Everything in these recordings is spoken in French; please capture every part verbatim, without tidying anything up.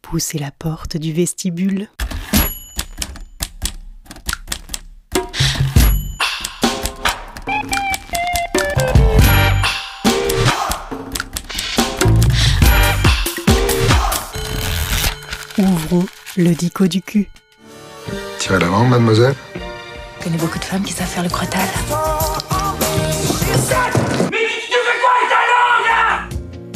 Poussez la porte du vestibule. Ouvrons le dico du cul. Tirez la langue, mademoiselle. Je connais beaucoup de femmes qui savent faire le crottal. Mais tu fais quoi avec ta langue, là?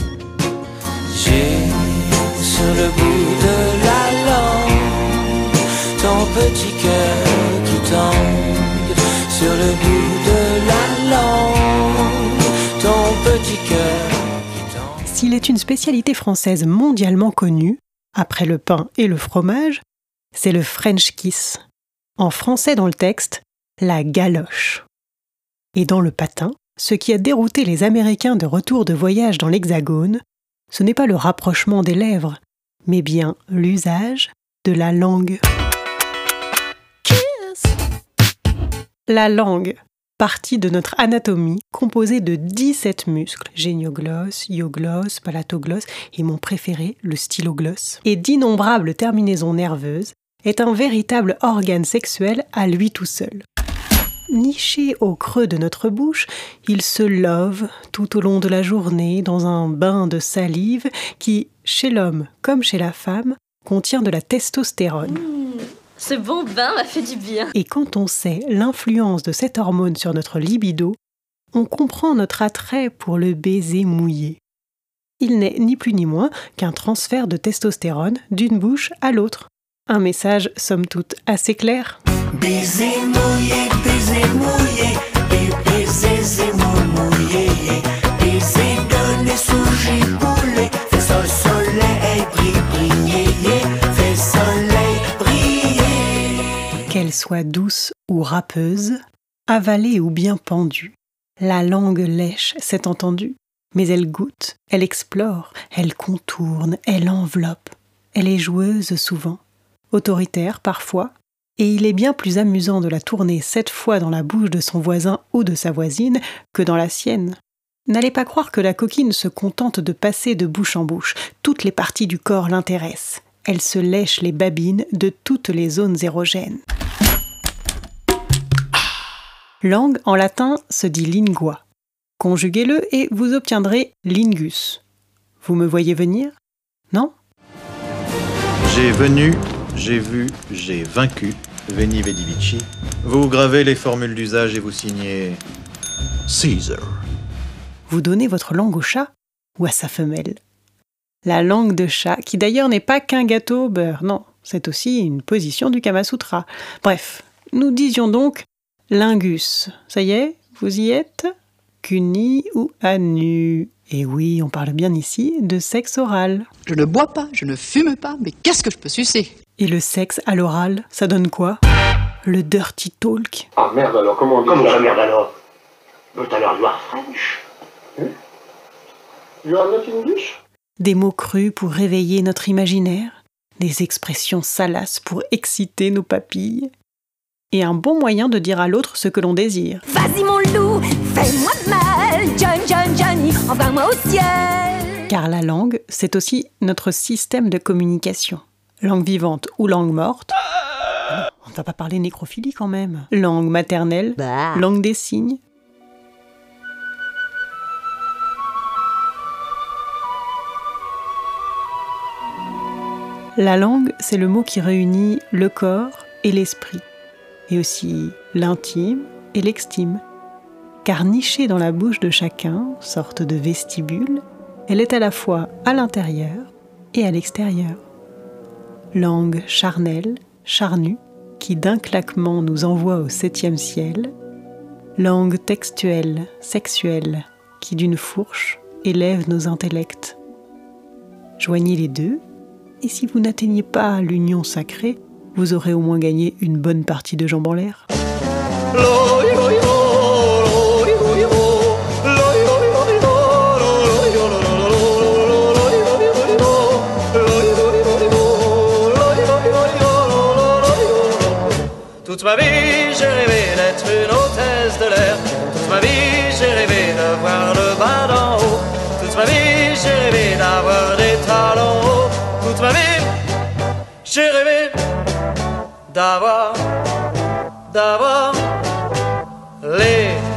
J'ai sur le bout de la langue ton petit cœur qui tangue. Sur le bout de la langue ton petit cœur qui tangue. S'il est une spécialité française mondialement connue, après le pain et le fromage, c'est le French kiss. En français dans le texte, la galoche. Et dans le patin, ce qui a dérouté les Américains de retour de voyage dans l'Hexagone, ce n'est pas le rapprochement des lèvres, mais bien l'usage de la langue. Kiss. La langue, partie de notre anatomie, composée de dix-sept muscles, génioglosse, ioglosse, palatoglosse et mon préféré, le styloglosse, et d'innombrables terminaisons nerveuses, est un véritable organe sexuel à lui tout seul. Niché au creux de notre bouche, il se love tout au long de la journée dans un bain de salive qui, chez l'homme comme chez la femme, contient de la testostérone. Mmh, ce bon bain m'a fait du bien. Et quand on sait l'influence de cette hormone sur notre libido, on comprend notre attrait pour le baiser mouillé. Il n'est ni plus ni moins qu'un transfert de testostérone d'une bouche à l'autre. Un message, somme toute, assez clair. Baiser mouillé, baiser mouillé, baiser zémo mouillé, baiser donné sous giboulé, fais sol soleil brille, briller, fais soleil briller. Qu'elle soit douce ou râpeuse, avalée ou bien pendue, la langue lèche, c'est entendu, mais elle goûte, elle explore, elle contourne, elle enveloppe, elle est joueuse souvent, autoritaire parfois, et il est bien plus amusant de la tourner sept fois dans la bouche de son voisin ou de sa voisine que dans la sienne. N'allez pas croire que la coquine se contente de passer de bouche en bouche. Toutes les parties du corps l'intéressent. Elle se lèche les babines de toutes les zones érogènes. Langue en latin se dit lingua. Conjuguez-le et vous obtiendrez lingus. Vous me voyez venir? Non? J'ai venu, j'ai vu, j'ai vaincu, veni vidi vici. Vous gravez les formules d'usage et vous signez Caesar. Vous donnez votre langue au chat ou à sa femelle. La langue de chat, qui d'ailleurs n'est pas qu'un gâteau au beurre, non, c'est aussi une position du Kama Sutra. Bref, nous disions donc lingus. Ça y est, vous y êtes? Cuni ou anu. Et oui, on parle bien ici de sexe oral. Je ne bois pas, je ne fume pas, mais qu'est-ce que je peux sucer? Et le sexe à l'oral, ça donne quoi? Le dirty talk. Ah merde alors, comment on dit Comment ça? ça, merde alors? But alors, you are French. You are not English? Des mots crus pour réveiller notre imaginaire, des expressions salaces pour exciter nos papilles, et un bon moyen de dire à l'autre ce que l'on désire. Vas-y mon loup, fais-moi mal, John, John, Johnny, envoie-moi au ciel. Car la langue, c'est aussi notre système de communication. Langue vivante ou langue morte. Ah, on ne va pas parler nécrophilie quand même. Langue maternelle, Bah. langue des signes. La langue, c'est le mot qui réunit le corps et l'esprit, et aussi l'intime et l'extime. Car nichée dans la bouche de chacun, sorte de vestibule, elle est à la fois à l'intérieur et à l'extérieur. Langue charnelle, charnue, qui d'un claquement nous envoie au septième ciel. Langue textuelle, sexuelle, qui d'une fourche élève nos intellects. Joignez les deux, et si vous n'atteignez pas l'union sacrée, vous aurez au moins gagné une bonne partie de jambes en l'air. Toute ma vie, j'ai rêvé d'être une hôtesse de l'air. Toute ma vie, j'ai rêvé de voir le bas d'en haut. Toute ma vie, j'ai rêvé d'avoir des talons hauts. Toute ma vie, J'ai rêvé d'avoir, d'avoir les